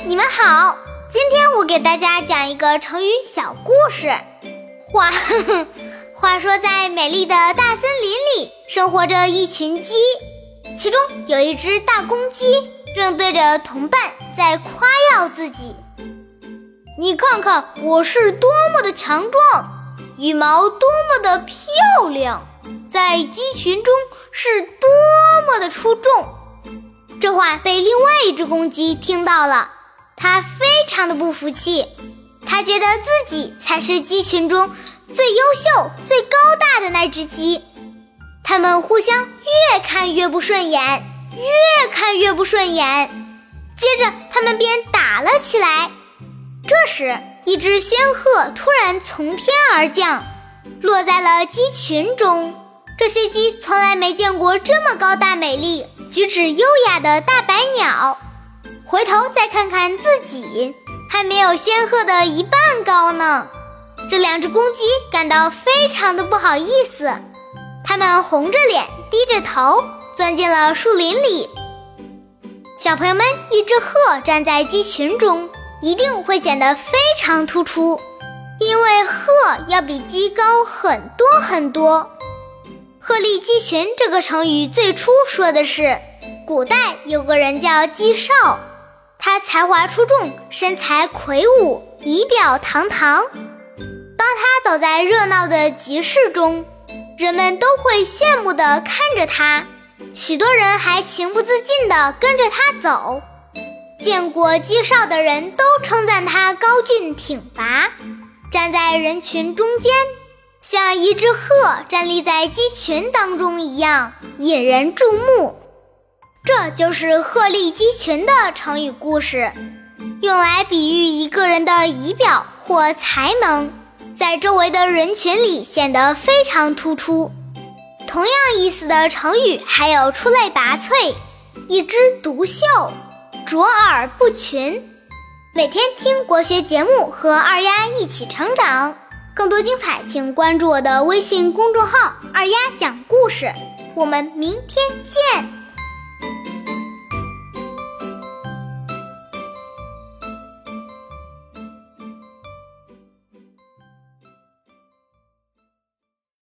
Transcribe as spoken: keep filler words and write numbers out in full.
你们好，今天我给大家讲一个成语小故事。话呵呵话说在美丽的大森林里生活着一群鸡，其中有一只大公鸡正对着同伴在夸耀自己。你看看我是多么的强壮，羽毛多么的漂亮，在鸡群中是多么的出众。这话被另外一只公鸡听到了，它非常的不服气，它觉得自己才是鸡群中最优秀最高大的那只鸡。它们互相越看越不顺眼，越看越不顺眼，接着它们便打了起来。这时一只仙鹤突然从天而降，落在了鸡群中。这些鸡从来没见过这么高大美丽举止优雅的大白鸟，回头再看看自己，还没有仙鹤的一半高呢。这两只公鸡感到非常的不好意思，它们红着脸低着头钻进了树林里。小朋友们，一只鹤站在鸡群中一定会显得非常突出，因为鹤要比鸡高很多很多。鹤立鸡群这个成语最初说的是古代有个人叫姬少，他才华出众，身材魁梧，仪表堂堂。当他走在热闹的集市中，人们都会羡慕地看着他，许多人还情不自禁地跟着他走。见过姬少的人都称赞他高俊挺拔，站在人群中间，像一只鹤站立在鸡群当中一样引人注目。这就是鹤立鸡群的成语故事，用来比喻一个人的仪表或才能在周围的人群里显得非常突出。同样意思的成语还有出类拔萃、一枝独秀、卓尔不群。每天听国学节目和二丫一起成长，更多精彩请关注我的微信公众号二丫讲故事，我们明天见。